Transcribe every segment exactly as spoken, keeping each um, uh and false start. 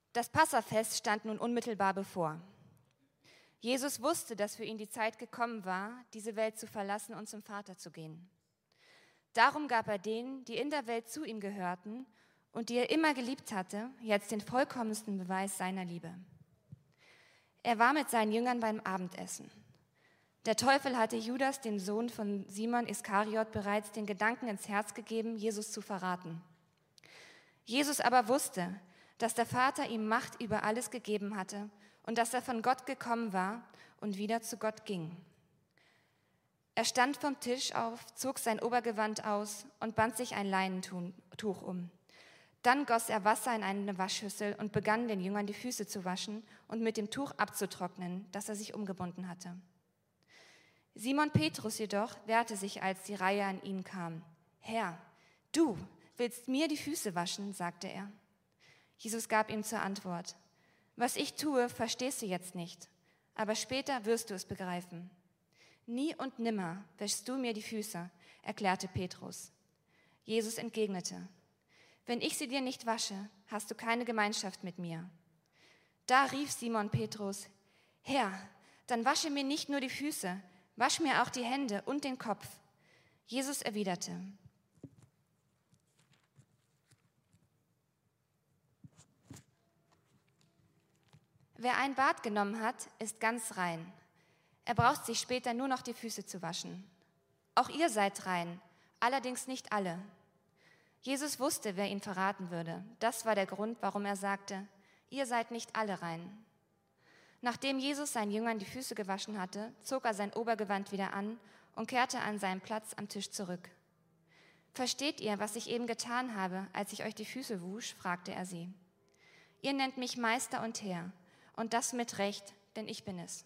Das Passafest stand nun unmittelbar bevor. Jesus wusste, dass für ihn die Zeit gekommen war, diese Welt zu verlassen und zum Vater zu gehen. Darum gab er denen, die in der Welt zu ihm gehörten und die er immer geliebt hatte, jetzt den vollkommensten Beweis seiner Liebe. Er war mit seinen Jüngern beim Abendessen. Der Teufel hatte Judas, dem Sohn von Simon Iskariot, bereits den Gedanken ins Herz gegeben, Jesus zu verraten. Jesus aber wusste, dass der Vater ihm Macht über alles gegeben hatte und dass er von Gott gekommen war und wieder zu Gott ging. Er stand vom Tisch auf, zog sein Obergewand aus und band sich ein Leinentuch um. Dann goss er Wasser in eine Waschschüssel und begann den Jüngern die Füße zu waschen und mit dem Tuch abzutrocknen, das er sich umgebunden hatte. Simon Petrus jedoch wehrte sich, als die Reihe an ihn kam. »Herr, du willst mir die Füße waschen?« sagte er. Jesus gab ihm zur Antwort: »Was ich tue, verstehst du jetzt nicht, aber später wirst du es begreifen.« »Nie und nimmer wäschst du mir die Füße«, erklärte Petrus. Jesus entgegnete: »Wenn ich sie dir nicht wasche, hast du keine Gemeinschaft mit mir.« Da rief Simon Petrus: »Herr, dann wasche mir nicht nur die Füße, wasch mir auch die Hände und den Kopf.« Jesus erwiderte: »Wer ein Bad genommen hat, ist ganz rein. Er braucht sich später nur noch die Füße zu waschen. Auch ihr seid rein, allerdings nicht alle.« Jesus wusste, wer ihn verraten würde. Das war der Grund, warum er sagte: »Ihr seid nicht alle rein.« Nachdem Jesus seinen Jüngern die Füße gewaschen hatte, zog er sein Obergewand wieder an und kehrte an seinen Platz am Tisch zurück. »Versteht ihr, was ich eben getan habe, als ich euch die Füße wusch?« fragte er sie. »Ihr nennt mich Meister und Herr, und das mit Recht, denn ich bin es.«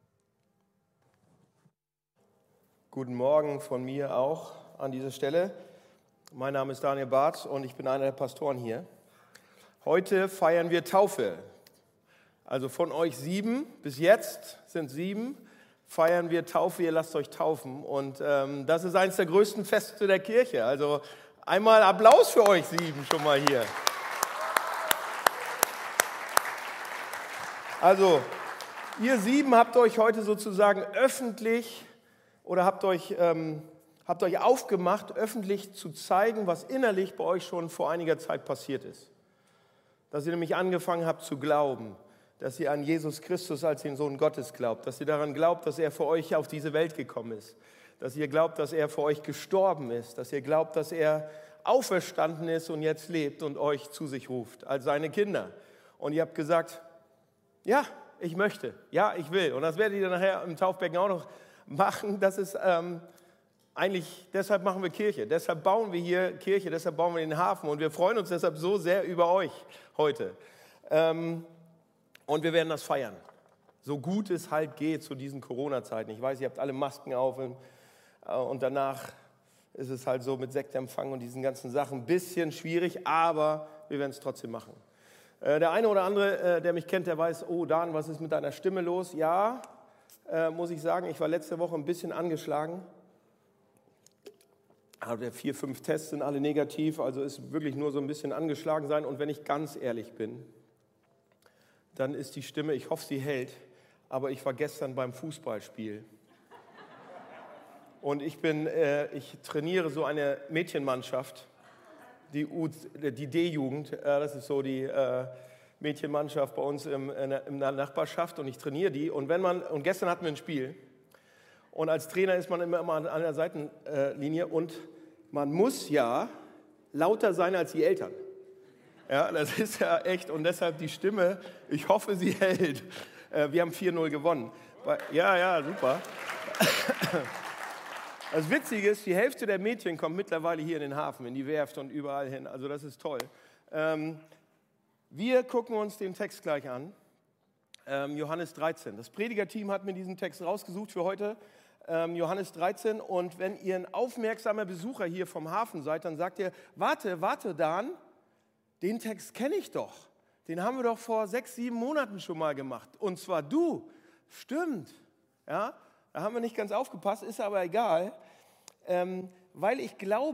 Guten Morgen von mir auch an dieser Stelle. Mein Name ist Daniel Barth und ich bin einer der Pastoren hier. Heute feiern wir Taufe. Also von euch sieben, bis jetzt sind sieben, feiern wir Taufe, ihr lasst euch taufen. Und ähm, das ist eines der größten Feste der Kirche. Also einmal Applaus für euch sieben schon mal hier. Also, ihr sieben habt euch heute sozusagen öffentlich oder habt euch, ähm, habt euch aufgemacht, öffentlich zu zeigen, was innerlich bei euch schon vor einiger Zeit passiert ist. Dass ihr nämlich angefangen habt zu glauben, dass ihr an Jesus Christus als den Sohn Gottes glaubt, dass ihr daran glaubt, dass er für euch auf diese Welt gekommen ist, dass ihr glaubt, dass er für euch gestorben ist, dass ihr glaubt, dass er auferstanden ist und jetzt lebt und euch zu sich ruft als seine Kinder. Und ihr habt gesagt: Ja, ich möchte, ja, ich will. Und das werdet ihr nachher im Taufbecken auch noch machen. Das ist ähm, eigentlich, deshalb machen wir Kirche, deshalb bauen wir hier Kirche, deshalb bauen wir den Hafen und wir freuen uns deshalb so sehr über euch heute. Ähm, und wir werden das feiern, so gut es halt geht zu diesen Corona-Zeiten. Ich weiß, ihr habt alle Masken auf und, äh, und danach ist es halt so mit Sektempfang und diesen ganzen Sachen ein bisschen schwierig, aber wir werden es trotzdem machen. Der eine oder andere, der mich kennt, der weiß: Oh Dan, was ist mit deiner Stimme los? Ja, äh, muss ich sagen, ich war letzte Woche ein bisschen angeschlagen. Aber vier, fünf Tests sind alle negativ, also ist wirklich nur so ein bisschen angeschlagen sein. Und wenn ich ganz ehrlich bin, dann ist die Stimme, ich hoffe, sie hält, aber ich war gestern beim Fußballspiel. Und ich bin, äh, ich trainiere so eine Mädchenmannschaft. Die, U, die D-Jugend, das ist so die äh, Mädchenmannschaft bei uns im, in der Nachbarschaft und ich trainiere die. Und, wenn man, und gestern hatten wir ein Spiel und als Trainer ist man immer, immer an der Seitenlinie und man muss ja lauter sein als die Eltern. Ja, das ist ja echt und deshalb die Stimme, ich hoffe, sie hält. Äh, wir haben vier null gewonnen. Ja, ja, super. Das Witzige ist, die Hälfte der Mädchen kommt mittlerweile hier in den Hafen, in die Werft und überall hin. Also das ist toll. Ähm, wir gucken uns den Text gleich an. Ähm, Johannes dreizehn. Das Predigerteam hat mir diesen Text rausgesucht für heute. Ähm, Johannes dreizehn. Und wenn ihr ein aufmerksamer Besucher hier vom Hafen seid, dann sagt ihr: Warte, warte, Dan, den Text kenne ich doch. Den haben wir doch vor sechs, sieben Monaten schon mal gemacht. Und zwar du. Stimmt. Ja. Da haben wir nicht ganz aufgepasst, ist aber egal, ähm, weil ich glaube,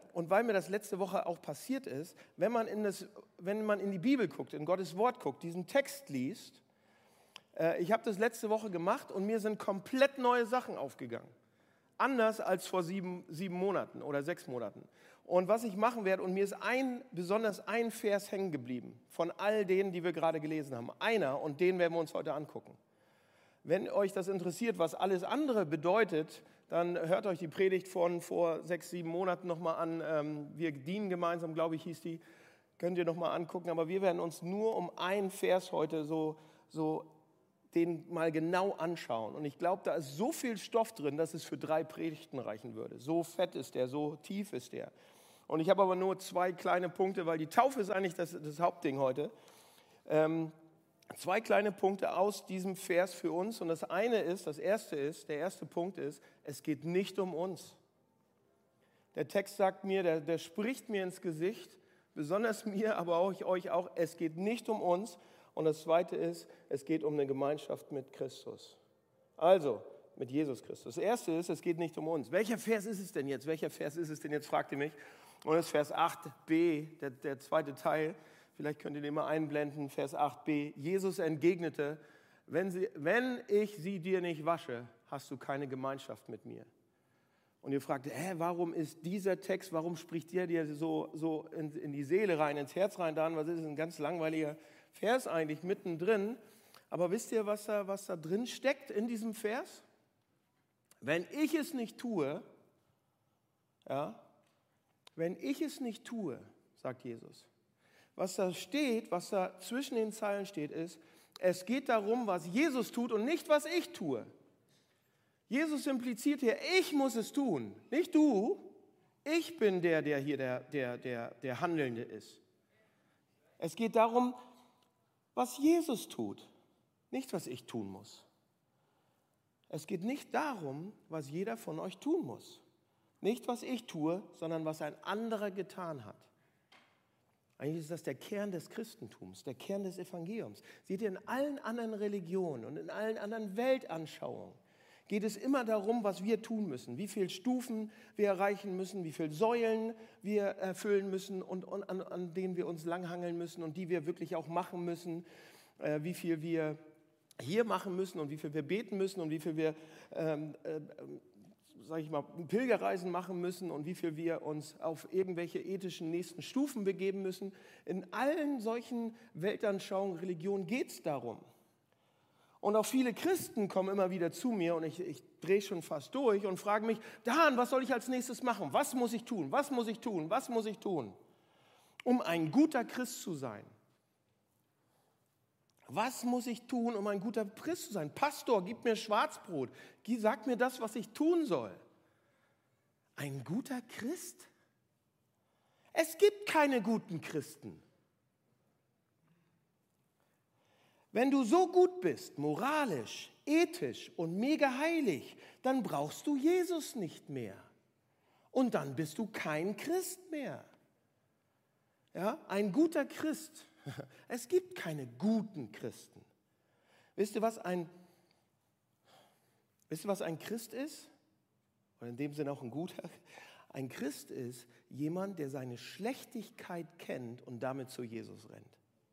und weil mir das letzte Woche auch passiert ist, wenn man in, das, wenn man in die Bibel guckt, in Gottes Wort guckt, diesen Text liest, äh, ich habe das letzte Woche gemacht und mir sind komplett neue Sachen aufgegangen. Anders als vor sieben, sieben Monaten oder sechs Monaten. Und was ich machen werde, und mir ist ein, besonders ein Vers hängen geblieben, von all denen, die wir gerade gelesen haben. Einer, und den werden wir uns heute angucken. Wenn euch das interessiert, was alles andere bedeutet, dann hört euch die Predigt von vor sechs, sieben Monaten nochmal an. Ähm, wir dienen gemeinsam, glaube ich, hieß die. Könnt ihr nochmal angucken. Aber wir werden uns nur um einen Vers heute so, so den mal genau anschauen. Und ich glaube, da ist so viel Stoff drin, dass es für drei Predigten reichen würde. So fett ist der, so tief ist der. Und ich habe aber nur zwei kleine Punkte, weil die Taufe ist eigentlich das, das Hauptding heute. Ähm, zwei kleine Punkte aus diesem Vers für uns. Und das eine ist, das erste ist, der erste Punkt ist, es geht nicht um uns. Der Text sagt mir, der, der spricht mir ins Gesicht, besonders mir, aber auch euch auch, es geht nicht um uns. Und das zweite ist, es geht um eine Gemeinschaft mit Christus. Also, mit Jesus Christus. Das erste ist, es geht nicht um uns. Welcher Vers ist es denn jetzt? Welcher Vers ist es denn jetzt, fragt ihr mich. Und das ist Vers acht b, der, der zweite Teil. Vielleicht könnt ihr den mal einblenden, Vers acht b. Jesus entgegnete, wenn, sie, wenn ich sie dir nicht wasche, hast du keine Gemeinschaft mit mir. Und ihr fragt, hä, warum ist dieser Text, warum spricht der dir so, so in, in die Seele rein, ins Herz rein, dann? Was ist ein ganz langweiliger Vers eigentlich mittendrin. Aber wisst ihr, was da, was da drin steckt in diesem Vers? Wenn ich es nicht tue, ja, wenn ich es nicht tue, sagt Jesus, was da steht, was da zwischen den Zeilen steht, ist, es geht darum, was Jesus tut und nicht, was ich tue. Jesus impliziert hier, ich muss es tun, nicht du. Ich bin der, der hier der, der, der, der Handelnde ist. Es geht darum, was Jesus tut, nicht was ich tun muss. Es geht nicht darum, was jeder von euch tun muss. Nicht, was ich tue, sondern was ein anderer getan hat. Eigentlich ist das der Kern des Christentums, der Kern des Evangeliums. Seht ihr, in allen anderen Religionen und in allen anderen Weltanschauungen geht es immer darum, was wir tun müssen, wie viele Stufen wir erreichen müssen, wie viele Säulen wir erfüllen müssen und, und an, an denen wir uns langhangeln müssen und die wir wirklich auch machen müssen, äh, wie viel wir hier machen müssen und wie viel wir beten müssen und wie viel wir, ähm, äh, sage ich mal, Pilgerreisen machen müssen und wie viel wir uns auf irgendwelche ethischen nächsten Stufen begeben müssen. In allen solchen Weltanschauungen, Religionen geht es darum. Und auch viele Christen kommen immer wieder zu mir und ich, ich drehe schon fast durch und fragen mich, Dan, was soll ich als nächstes machen? Was muss ich tun? Was muss ich tun? Was muss ich tun, um ein guter Christ zu sein? Was muss ich tun, um ein guter Christ zu sein? Pastor, gib mir Schwarzbrot. Sag mir das, was ich tun soll. Ein guter Christ? Es gibt keine guten Christen. Wenn du so gut bist, moralisch, ethisch und mega heilig, dann brauchst du Jesus nicht mehr. Und dann bist du kein Christ mehr. Ja, ein guter Christ. Es gibt keine guten Christen. Wisst ihr, was ein, wisst ihr, was ein Christ ist? Oder in dem Sinne auch ein guter. Ein Christ ist jemand, der seine Schlechtigkeit kennt und damit zu Jesus rennt.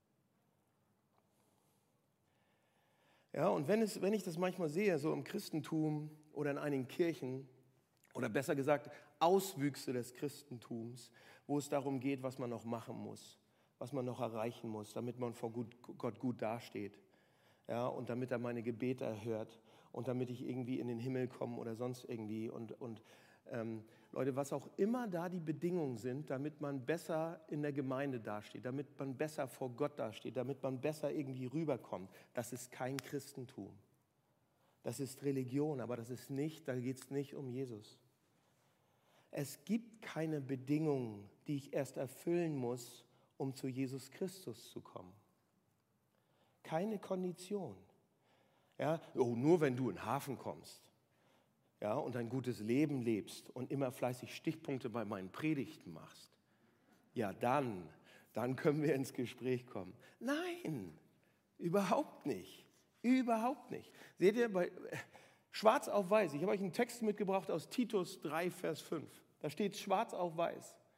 Ja, und wenn, es, wenn ich das manchmal sehe, so im Christentum oder in einigen Kirchen, oder besser gesagt Auswüchse des Christentums, wo es darum geht, was man noch machen muss, was man noch erreichen muss, damit man vor Gott gut dasteht, ja, und damit er meine Gebete erhört und damit ich irgendwie in den Himmel komme oder sonst irgendwie. Und, und ähm, Leute, was auch immer da die Bedingungen sind, damit man besser in der Gemeinde dasteht, damit man besser vor Gott dasteht, damit man besser irgendwie rüberkommt, das ist kein Christentum. Das ist Religion, aber das ist nicht, da geht es nicht um Jesus. Es gibt keine Bedingungen, die ich erst erfüllen muss, um zu Jesus Christus zu kommen. Keine Kondition. Ja, oh, nur wenn du in den Hafen kommst, ja, und ein gutes Leben lebst und immer fleißig Stichpunkte bei meinen Predigten machst, ja, dann, dann können wir ins Gespräch kommen. Nein, überhaupt nicht. Überhaupt nicht. Seht ihr, bei, schwarz auf weiß, ich habe euch einen Text mitgebracht aus Titus drei, Vers fünf. Da steht schwarz auf weiß.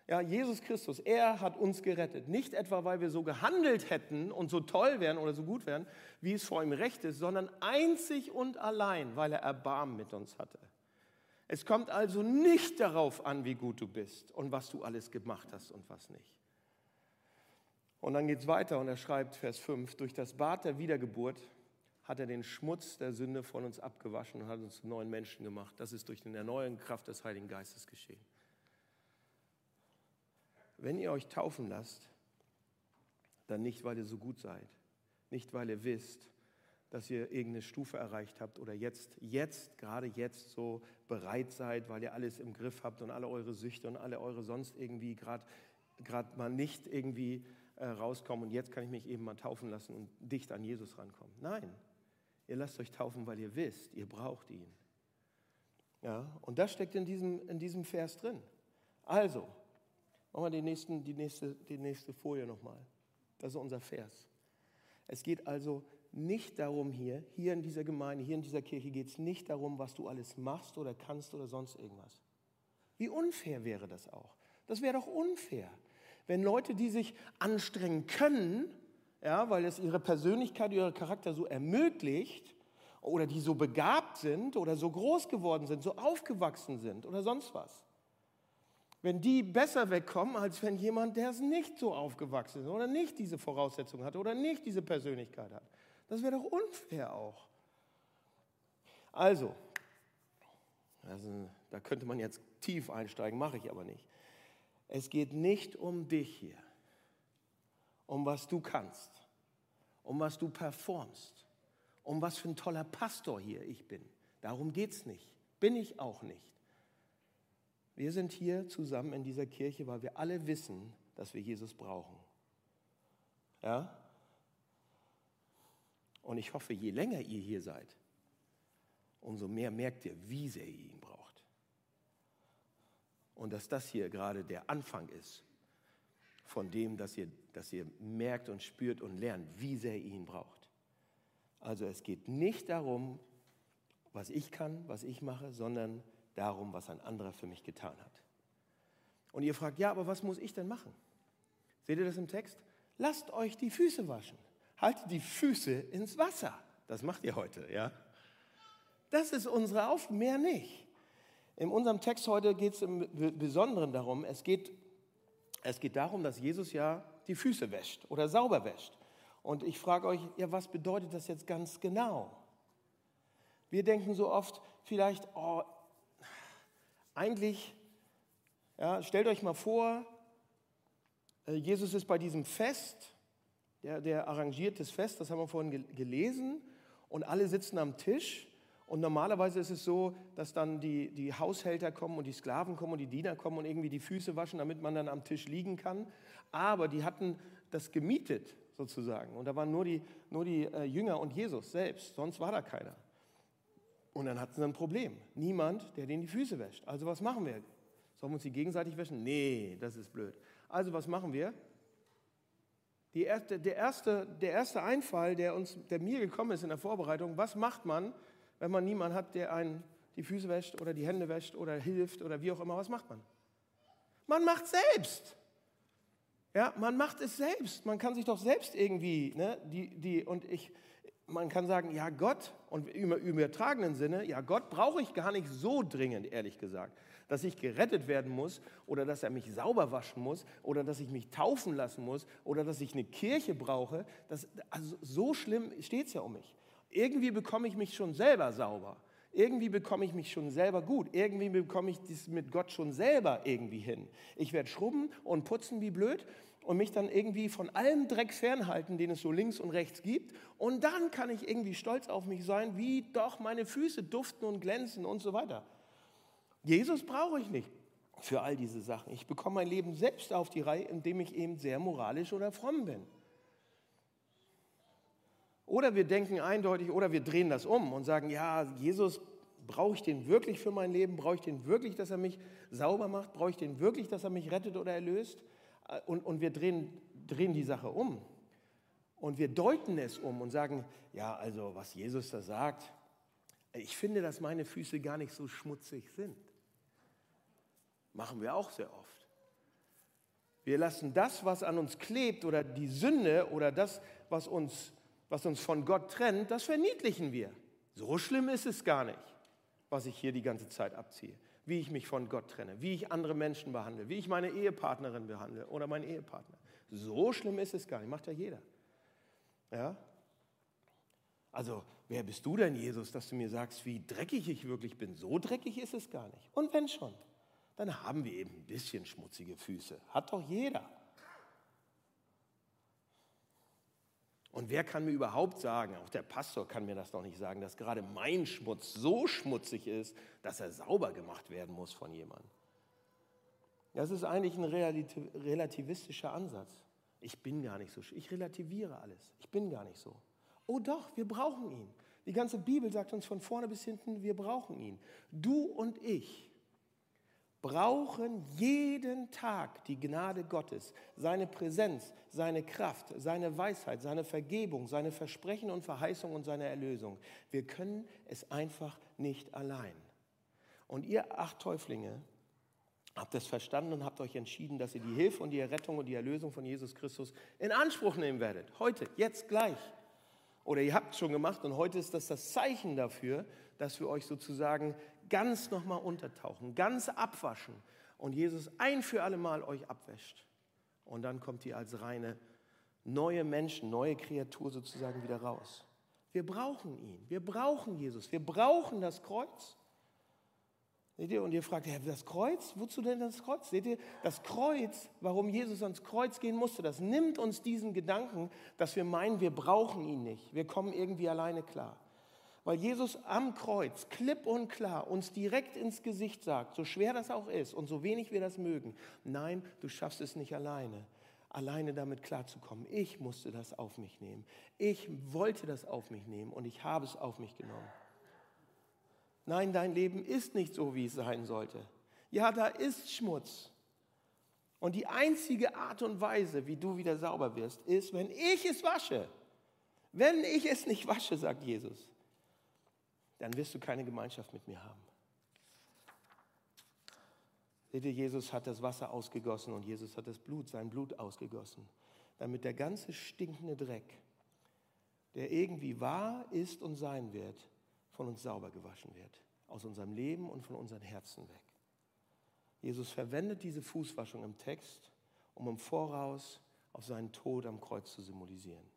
Ja, Jesus Christus, er hat uns gerettet. Nicht etwa, weil wir so gehandelt hätten und so toll wären oder so gut wären, wie es vor ihm recht ist, sondern einzig und allein, weil er Erbarmen mit uns hatte. Es kommt also nicht darauf an, wie gut du bist und was du alles gemacht hast und was nicht. Und dann geht es weiter und er schreibt, Vers fünf, durch das Bad der Wiedergeburt hat er den Schmutz der Sünde von uns abgewaschen und hat uns zu neuen Menschen gemacht. Das ist durch die erneuernde Kraft des Heiligen Geistes geschehen. Wenn ihr euch taufen lasst, dann nicht, weil ihr so gut seid, nicht, weil ihr wisst, dass ihr irgendeine Stufe erreicht habt oder jetzt, jetzt, gerade jetzt so bereit seid, weil ihr alles im Griff habt und alle eure Süchte und alle eure sonst irgendwie gerade gerade mal nicht irgendwie äh, rauskommen und jetzt kann ich mich eben mal taufen lassen und dicht an Jesus rankommen. Nein, ihr lasst euch taufen, weil ihr wisst, ihr braucht ihn. Ja, und das steckt in diesem, in diesem Vers drin. Also, machen wir die, nächsten, die, nächste, die nächste Folie nochmal. Das ist unser Vers. Es geht also nicht darum hier, hier in dieser Gemeinde, hier in dieser Kirche geht es nicht darum, was du alles machst oder kannst oder sonst irgendwas. Wie unfair wäre das auch? Das wäre doch unfair, wenn Leute, die sich anstrengen können, ja, weil es ihre Persönlichkeit, ihr Charakter so ermöglicht oder die so begabt sind oder so groß geworden sind, so aufgewachsen sind oder sonst was, wenn die besser wegkommen, als wenn jemand, der es nicht so aufgewachsen ist oder nicht diese Voraussetzungen hat oder nicht diese Persönlichkeit hat. Das wäre doch unfair auch. Also, also, da könnte man jetzt tief einsteigen, mache ich aber nicht. Es geht nicht um dich hier, um was du kannst, um was du performst, um was für ein toller Pastor hier ich bin. Darum geht es nicht. Bin ich auch nicht. Wir sind hier zusammen in dieser Kirche, weil wir alle wissen, dass wir Jesus brauchen. Ja? Und ich hoffe, je länger ihr hier seid, umso mehr merkt ihr, wie sehr ihr ihn braucht. Und dass das hier gerade der Anfang ist von dem, dass ihr, dass ihr merkt und spürt und lernt, wie sehr ihr ihn braucht. Also es geht nicht darum, was ich kann, was ich mache, sondern darum, was ein anderer für mich getan hat. Und ihr fragt, ja, aber was muss ich denn machen? Seht ihr das im Text? Lasst euch die Füße waschen. Haltet die Füße ins Wasser. Das macht ihr heute, ja? Das ist unsere Aufgabe, mehr nicht. In unserem Text heute geht es im Besonderen darum, es geht, es geht darum, dass Jesus ja die Füße wäscht oder sauber wäscht. Und ich frage euch, ja, was bedeutet das jetzt ganz genau? Wir denken so oft vielleicht, oh, eigentlich, ja, stellt euch mal vor, Jesus ist bei diesem Fest, der, der arrangiert das Fest, das haben wir vorhin gelesen, und alle sitzen am Tisch. Und normalerweise ist es so, dass dann die, die Haushälter kommen und die Sklaven kommen und die Diener kommen und irgendwie die Füße waschen, damit man dann am Tisch liegen kann. Aber die hatten das gemietet sozusagen. Und da waren nur die, nur die äh, Jünger und Jesus selbst, sonst war da keiner. Und dann hatten sie ein Problem. Niemand, der denen die Füße wäscht. Also was machen wir? Sollen wir uns die gegenseitig waschen? Nee, das ist blöd. Also was machen wir? Die erste, der, erste, der erste Einfall, der, uns, der mir gekommen ist in der Vorbereitung, was macht man, wenn man niemanden hat, der einen die Füße wäscht oder die Hände wäscht oder hilft oder wie auch immer, was macht man? Man macht selbst. Ja, man macht es selbst. Man kann sich doch selbst irgendwie, ne, die, die, und ich, man kann sagen, ja Gott, und im übertragenen Sinne, ja Gott brauche ich gar nicht so dringend, ehrlich gesagt, dass ich gerettet werden muss oder dass er mich sauber waschen muss oder dass ich mich taufen lassen muss oder dass ich eine Kirche brauche. Das, also so schlimm steht es ja um mich. Irgendwie bekomme ich mich schon selber sauber. Irgendwie bekomme ich mich schon selber gut. Irgendwie bekomme ich das mit Gott schon selber irgendwie hin. Ich werde schrubben und putzen wie blöd und mich dann irgendwie von allem Dreck fernhalten, den es so links und rechts gibt. Und dann kann ich irgendwie stolz auf mich sein, wie doch meine Füße duften und glänzen und so weiter. Jesus brauche ich nicht für all diese Sachen. Ich bekomme mein Leben selbst auf die Reihe, indem ich eben sehr moralisch oder fromm bin. Oder wir denken eindeutig, oder wir drehen das um und sagen, ja, Jesus, brauche ich den wirklich für mein Leben? Brauche ich den wirklich, dass er mich sauber macht? Brauche ich den wirklich, dass er mich rettet oder erlöst? Und, und wir drehen, drehen die Sache um. Und wir deuten es um und sagen, ja, also was Jesus da sagt, ich finde, dass meine Füße gar nicht so schmutzig sind. Machen wir auch sehr oft. Wir lassen das, was an uns klebt oder die Sünde oder das, was uns, was uns von Gott trennt, das verniedlichen wir. So schlimm ist es gar nicht, was ich hier die ganze Zeit abziehe. Wie ich mich von Gott trenne, wie ich andere Menschen behandle, wie ich meine Ehepartnerin behandle oder meinen Ehepartner. So schlimm ist es gar nicht, macht ja jeder. Ja? Also, wer bist du denn, Jesus, dass du mir sagst, wie dreckig ich wirklich bin? So dreckig ist es gar nicht. Und wenn schon, dann haben wir eben ein bisschen schmutzige Füße. Hat doch jeder. Und wer kann mir überhaupt sagen, auch der Pastor kann mir das doch nicht sagen, dass gerade mein Schmutz so schmutzig ist, dass er sauber gemacht werden muss von jemandem. Das ist eigentlich ein relativistischer Ansatz. Ich bin gar nicht so, ich relativiere alles. Ich bin gar nicht so. Oh doch, wir brauchen ihn. Die ganze Bibel sagt uns von vorne bis hinten, wir brauchen ihn. Du und ich brauchen jeden Tag die Gnade Gottes, seine Präsenz, seine Kraft, seine Weisheit, seine Vergebung, seine Versprechen und Verheißung und seine Erlösung. Wir können es einfach nicht allein. Und ihr acht Täuflinge habt es verstanden und habt euch entschieden, dass ihr die Hilfe und die Errettung und die Erlösung von Jesus Christus in Anspruch nehmen werdet. Heute, jetzt gleich. Oder ihr habt es schon gemacht und heute ist das das Zeichen dafür, dass wir euch sozusagen ganz nochmal untertauchen, ganz abwaschen und Jesus ein für alle Mal euch abwäscht. Und dann kommt ihr als reine neue Menschen, neue Kreatur sozusagen wieder raus. Wir brauchen ihn, wir brauchen Jesus, wir brauchen das Kreuz. Seht ihr? Und ihr fragt, ja, das Kreuz? Wozu denn das Kreuz? Seht ihr, das Kreuz, warum Jesus ans Kreuz gehen musste, das nimmt uns diesen Gedanken, dass wir meinen, wir brauchen ihn nicht. Wir kommen irgendwie alleine klar. Weil Jesus am Kreuz klipp und klar uns direkt ins Gesicht sagt, so schwer das auch ist und so wenig wir das mögen, nein, du schaffst es nicht alleine, alleine damit klarzukommen. Ich musste das auf mich nehmen. Ich wollte das auf mich nehmen und ich habe es auf mich genommen. Nein, dein Leben ist nicht so, wie es sein sollte. Ja, da ist Schmutz. Und die einzige Art und Weise, wie du wieder sauber wirst, ist, wenn ich es wasche. Wenn ich es nicht wasche, sagt Jesus, dann wirst du keine Gemeinschaft mit mir haben. Seht ihr, Jesus hat das Wasser ausgegossen und Jesus hat das Blut, sein Blut ausgegossen, damit der ganze stinkende Dreck, der irgendwie war, ist und sein wird, von uns sauber gewaschen wird, aus unserem Leben und von unseren Herzen weg. Jesus verwendet diese Fußwaschung im Text, um im Voraus auf seinen Tod am Kreuz zu symbolisieren.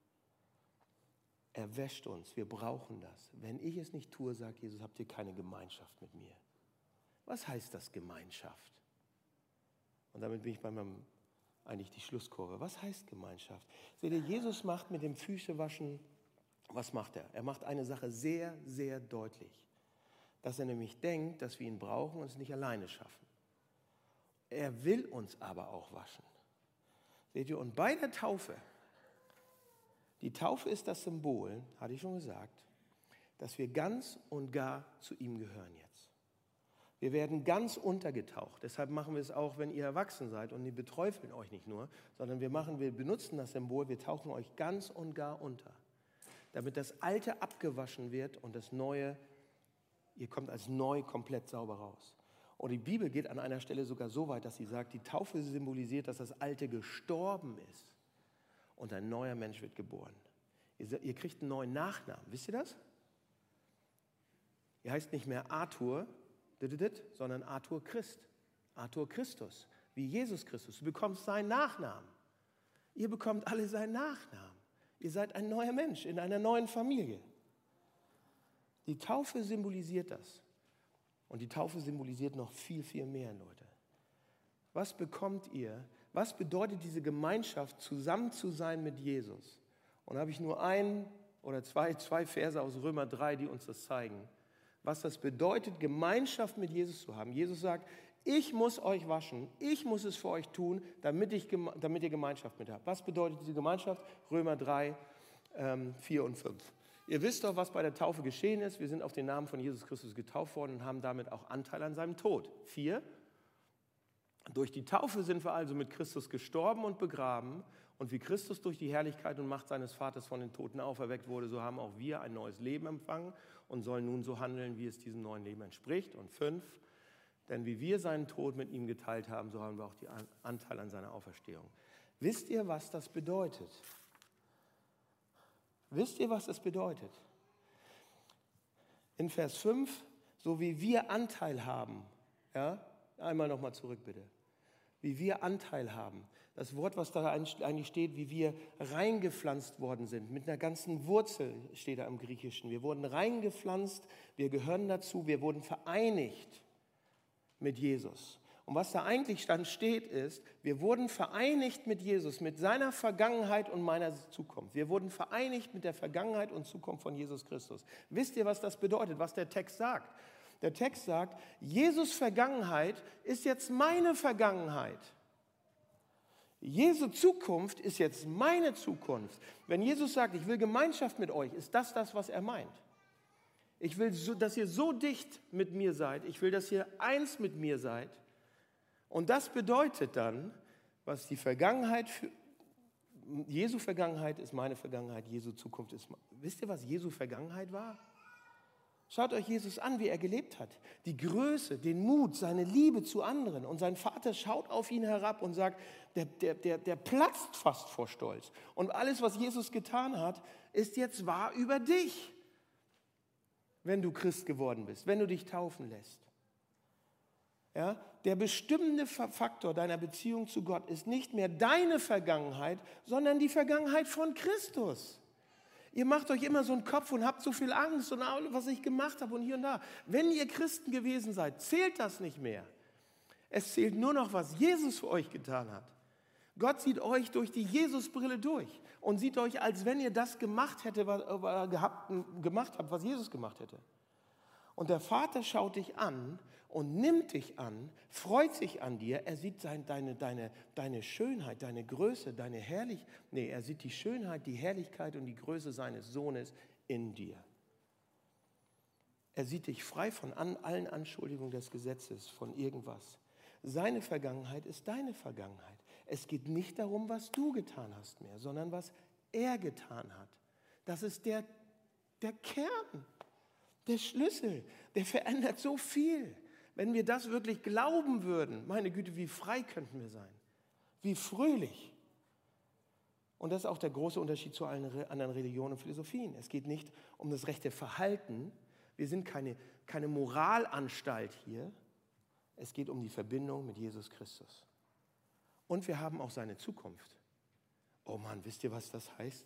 Er wäscht uns, wir brauchen das. Wenn ich es nicht tue, sagt Jesus, habt ihr keine Gemeinschaft mit mir. Was heißt das Gemeinschaft? Und damit bin ich bei meinem, eigentlich die Schlusskurve. Was heißt Gemeinschaft? Seht ihr, Jesus macht mit dem Füßewaschen, was macht er? Er macht eine Sache sehr, sehr deutlich. Dass er nämlich denkt, dass wir ihn brauchen und es nicht alleine schaffen. Er will uns aber auch waschen. Seht ihr, und bei der Taufe, die Taufe ist das Symbol, hatte ich schon gesagt, dass wir ganz und gar zu ihm gehören jetzt. Wir werden ganz untergetaucht. Deshalb machen wir es auch, wenn ihr erwachsen seid und wir beträufeln euch nicht nur, sondern wir machen, wir benutzen das Symbol, wir tauchen euch ganz und gar unter. Damit das Alte abgewaschen wird und das Neue, ihr kommt als neu komplett sauber raus. Und die Bibel geht an einer Stelle sogar so weit, dass sie sagt, die Taufe symbolisiert, dass das Alte gestorben ist und ein neuer Mensch wird geboren. Ihr, ihr kriegt einen neuen Nachnamen, wisst ihr das? Ihr heißt nicht mehr Arthur, sondern Arthur Christ, Arthur Christus, wie Jesus Christus. Du bekommst seinen Nachnamen. Ihr bekommt alle seinen Nachnamen. Ihr seid ein neuer Mensch in einer neuen Familie. Die Taufe symbolisiert das. Und die Taufe symbolisiert noch viel, viel mehr, Leute. Was bekommt ihr? Was bedeutet diese Gemeinschaft, zusammen zu sein mit Jesus? Und da habe ich nur ein oder zwei, zwei Verse aus Römer drei, die uns das zeigen. Was das bedeutet, Gemeinschaft mit Jesus zu haben. Jesus sagt, ich muss euch waschen, ich muss es für euch tun, damit, ich, damit ihr Gemeinschaft mit habt. Was bedeutet diese Gemeinschaft? Römer drei, ähm, vier und fünf. Ihr wisst doch, was bei der Taufe geschehen ist. Wir sind auf den Namen von Jesus Christus getauft worden und haben damit auch Anteil an seinem Tod. Vier, durch die Taufe sind wir also mit Christus gestorben und begraben. Und wie Christus durch die Herrlichkeit und Macht seines Vaters von den Toten auferweckt wurde, so haben auch wir ein neues Leben empfangen und sollen nun so handeln, wie es diesem neuen Leben entspricht. Und fünf, Denn wie wir seinen Tod mit ihm geteilt haben, so haben wir auch den Anteil an seiner Auferstehung. Wisst ihr, was das bedeutet? Wisst ihr, was das bedeutet? In Vers fünf, so wie wir Anteil haben, ja, einmal nochmal zurück bitte, wie wir Anteil haben. Das Wort, was da eigentlich steht, wie wir reingepflanzt worden sind, mit einer ganzen Wurzel steht da im Griechischen. Wir wurden reingepflanzt, wir gehören dazu, wir wurden vereinigt mit Jesus. Und was da eigentlich dann steht, ist, wir wurden vereinigt mit Jesus, mit seiner Vergangenheit und meiner Zukunft. Wir wurden vereinigt mit der Vergangenheit und Zukunft von Jesus Christus. Wisst ihr, was das bedeutet, was der Text sagt? Der Text sagt, Jesus' Vergangenheit ist jetzt meine Vergangenheit. Jesu Zukunft ist jetzt meine Zukunft. Wenn Jesus sagt, ich will Gemeinschaft mit euch, ist das das, was er meint. Ich will, so, dass ihr so dicht mit mir seid. Ich will, dass ihr eins mit mir seid. Und das bedeutet dann, was die Vergangenheit, für, Jesu Vergangenheit ist meine Vergangenheit, Jesu Zukunft ist meine. Wisst ihr, was Jesu Vergangenheit war? Schaut euch Jesus an, wie er gelebt hat. Die Größe, den Mut, seine Liebe zu anderen. Und sein Vater schaut auf ihn herab und sagt, der, der, der, der platzt fast vor Stolz. Und alles, was Jesus getan hat, ist jetzt wahr über dich, wenn du Christ geworden bist, wenn du dich taufen lässt. Ja, der bestimmende Faktor deiner Beziehung zu Gott ist nicht mehr deine Vergangenheit, sondern die Vergangenheit von Christus. Ihr macht euch immer so einen Kopf und habt so viel Angst und was ich gemacht habe und hier und da. Wenn ihr Christen gewesen seid, zählt das nicht mehr. Es zählt nur noch, was Jesus für euch getan hat. Gott sieht euch durch die Jesusbrille durch und sieht euch, als wenn ihr das gemacht hätte, was, äh, gehabt, gemacht habt, was Jesus gemacht hätte. Und der Vater schaut dich an und nimmt dich an, freut sich an dir. Er sieht sein, deine, deine, deine Schönheit, deine Größe, deine Herrlichkeit. Nee, er sieht die Schönheit, die Herrlichkeit und die Größe seines Sohnes in dir. Er sieht dich frei von an, allen Anschuldigungen des Gesetzes, von irgendwas. Seine Vergangenheit ist deine Vergangenheit. Es geht nicht darum, was du getan hast mehr, sondern was er getan hat. Das ist der, der Kern. Der Schlüssel, der verändert so viel. Wenn wir das wirklich glauben würden, meine Güte, wie frei könnten wir sein, wie fröhlich. Und das ist auch der große Unterschied zu allen anderen Religionen und Philosophien. Es geht nicht um das rechte Verhalten. Wir sind keine, keine Moralanstalt hier. Es geht um die Verbindung mit Jesus Christus. Und wir haben auch seine Zukunft. Oh Mann, wisst ihr, was das heißt?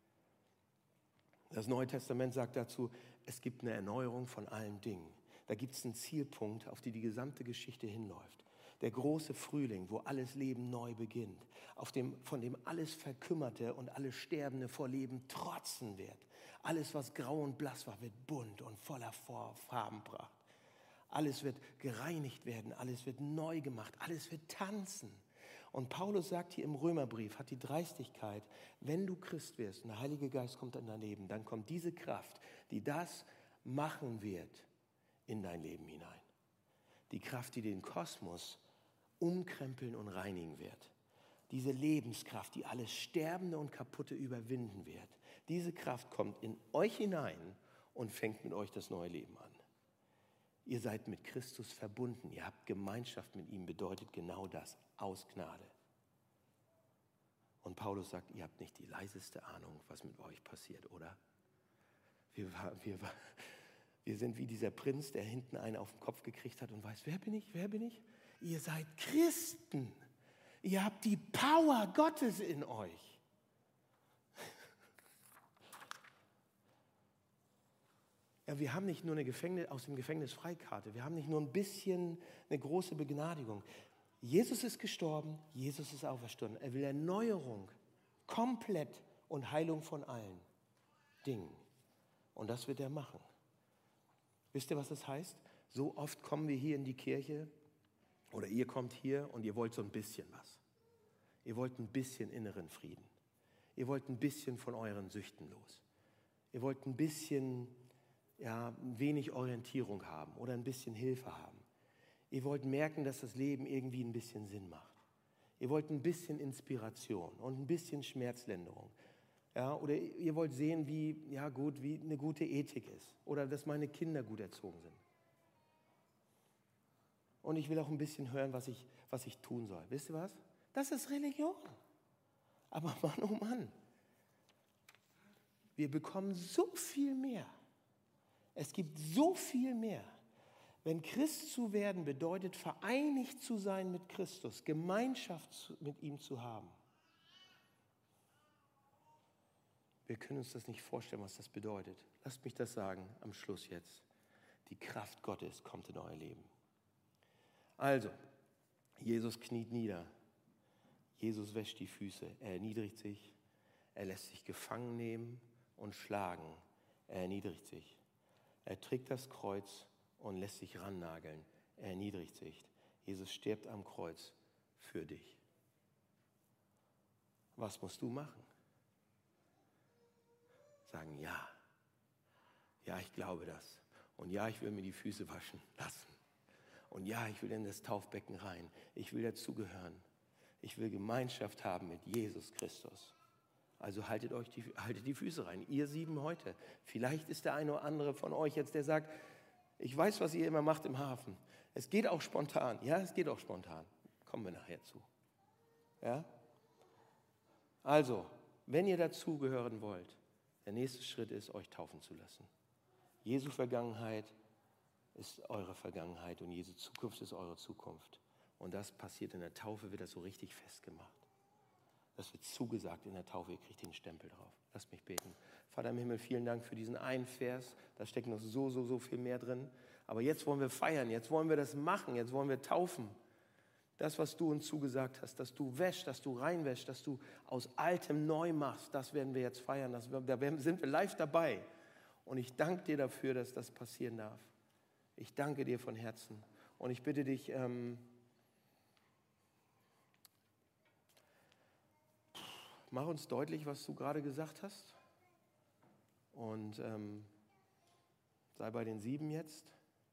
Das Neue Testament sagt dazu, es gibt eine Erneuerung von allen Dingen. Da gibt es einen Zielpunkt, auf die die gesamte Geschichte hinläuft. Der große Frühling, wo alles Leben neu beginnt, auf dem, von dem alles Verkümmerte und alles Sterbende vor Leben trotzen wird. Alles, was grau und blass war, wird bunt und voller Farbenpracht. Alles wird gereinigt werden, alles wird neu gemacht, alles wird tanzen. Und Paulus sagt hier im Römerbrief, hat die Dreistigkeit, wenn du Christ wirst und der Heilige Geist kommt in dein Leben, dann kommt diese Kraft, die das machen wird, in dein Leben hinein. Die Kraft, die den Kosmos umkrempeln und reinigen wird. Diese Lebenskraft, die alles Sterbende und Kaputte überwinden wird. Diese Kraft kommt in euch hinein und fängt mit euch das neue Leben an. Ihr seid mit Christus verbunden, ihr habt Gemeinschaft mit ihm, bedeutet genau das, aus Gnade. Und Paulus sagt, ihr habt nicht die leiseste Ahnung, was mit euch passiert, oder? Wir, wir, wir sind wie dieser Prinz, der hinten einen auf den Kopf gekriegt hat und weiß, wer bin ich, wer bin ich? Ihr seid Christen, ihr habt die Power Gottes in euch. Ja, wir haben nicht nur eine Gefängnis, aus dem Gefängnis Freikarte, wir haben nicht nur ein bisschen eine große Begnadigung. Jesus ist gestorben, Jesus ist auferstanden. Er will Erneuerung, komplett und Heilung von allen Dingen. Und das wird er machen. Wisst ihr, was das heißt? So oft kommen wir hier in die Kirche oder ihr kommt hier und ihr wollt so ein bisschen was. Ihr wollt ein bisschen inneren Frieden. Ihr wollt ein bisschen von euren Süchten los. Ihr wollt ein bisschen... ja, wenig Orientierung haben oder ein bisschen Hilfe haben. Ihr wollt merken, dass das Leben irgendwie ein bisschen Sinn macht. Ihr wollt ein bisschen Inspiration und ein bisschen Schmerzlinderung. Ja, oder ihr wollt sehen, wie, ja gut, wie eine gute Ethik ist oder dass meine Kinder gut erzogen sind. Und ich will auch ein bisschen hören, was ich, was ich tun soll. Wisst ihr was? Das ist Religion. Aber Mann, oh Mann, wir bekommen so viel mehr. Es gibt so viel mehr. Wenn Christ zu werden bedeutet, vereinigt zu sein mit Christus, Gemeinschaft mit ihm zu haben. Wir können uns das nicht vorstellen, was das bedeutet. Lasst mich das sagen am Schluss jetzt. Die Kraft Gottes kommt in euer Leben. Also, Jesus kniet nieder. Jesus wäscht die Füße. Er erniedrigt sich. Er lässt sich gefangen nehmen und schlagen. Er erniedrigt sich. Er trägt das Kreuz und lässt sich rannageln. Er erniedrigt sich. Jesus stirbt am Kreuz für dich. Was musst du machen? Sagen, ja. Ja, ich glaube das. Und ja, ich will mir die Füße waschen lassen. Und ja, ich will in das Taufbecken rein. Ich will dazugehören. Ich will Gemeinschaft haben mit Jesus Christus. Also haltet euch die, haltet die Füße rein. Ihr sieben heute. Vielleicht ist der eine oder andere von euch jetzt, der sagt, ich weiß, was ihr immer macht im Hafen. Es geht auch spontan. Ja, es geht auch spontan. Kommen wir nachher zu. Ja? Also, wenn ihr dazugehören wollt, der nächste Schritt ist, euch taufen zu lassen. Jesu Vergangenheit ist eure Vergangenheit und Jesu Zukunft ist eure Zukunft. Und das passiert in der Taufe, wird das so richtig festgemacht. Das wird zugesagt in der Taufe, ihr kriegt den Stempel drauf. Lasst mich beten. Vater im Himmel, vielen Dank für diesen einen Vers. Da steckt noch so, so, so viel mehr drin. Aber jetzt wollen wir feiern, jetzt wollen wir das machen, jetzt wollen wir taufen. Das, was du uns zugesagt hast, dass du wäschst, dass du reinwäschst, dass du aus Altem neu machst, das werden wir jetzt feiern. Das, da sind wir live dabei. Und ich danke dir dafür, dass das passieren darf. Ich danke dir von Herzen. Und ich bitte dich, ähm, mach uns deutlich, was du gerade gesagt hast. Und ähm, sei bei den sieben jetzt.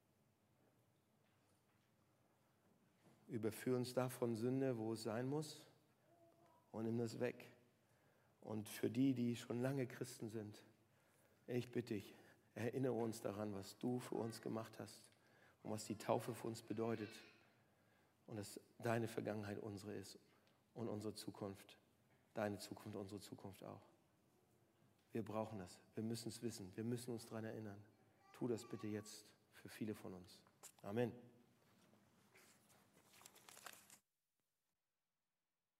Überführ uns davon Sünde, wo es sein muss. Und nimm das weg. Und für die, die schon lange Christen sind, ich bitte dich, erinnere uns daran, was du für uns gemacht hast und was die Taufe für uns bedeutet. Und dass deine Vergangenheit unsere ist und unsere Zukunft. Deine Zukunft, unsere Zukunft auch. Wir brauchen das. Wir müssen es wissen. Wir müssen uns daran erinnern. Tu das bitte jetzt für viele von uns. Amen.